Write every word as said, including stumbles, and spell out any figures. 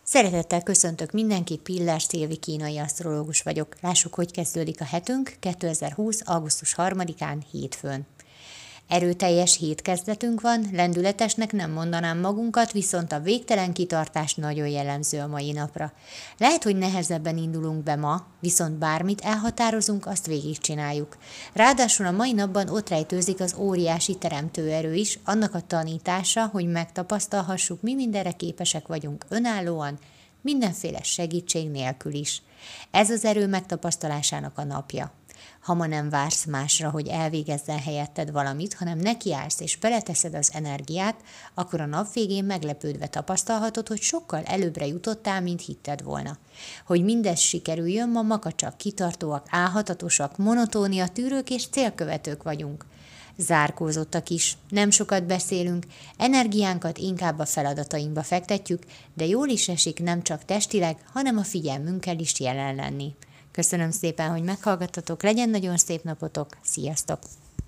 Szeretettel köszöntök mindenkit, Pillás Szilvi kínai asztrológus vagyok. Lássuk, hogy kezdődik a hetünk kétezer-húsz. augusztus harmadikán hétfőn. Erőteljes hétkezdetünk van, lendületesnek nem mondanám magunkat, viszont a végtelen kitartás nagyon jellemző a mai napra. Lehet, hogy nehezebben indulunk be ma, viszont bármit elhatározunk, azt végigcsináljuk. Ráadásul a mai napban ott rejtőzik az óriási teremtőerő is, annak a tanítása, hogy megtapasztalhassuk, mi mindenre képesek vagyunk önállóan, mindenféle segítség nélkül is. Ez az erő megtapasztalásának a napja. Ha ma nem vársz másra, hogy elvégezzen helyetted valamit, hanem nekiállsz és beleteszed az energiát, akkor a nap végén meglepődve tapasztalhatod, hogy sokkal előbbre jutottál, mint hitted volna. Hogy mindez sikerüljön, ma makacsak, kitartóak, álhatatosak, monotónia tűrők és célkövetők vagyunk. Zárkózottak is, nem sokat beszélünk, energiánkat inkább a feladatainkba fektetjük, de jól is esik nem csak testileg, hanem a figyelmünkkel is jelen lenni. Köszönöm szépen, hogy meghallgattatok, legyen nagyon szép napotok, sziasztok!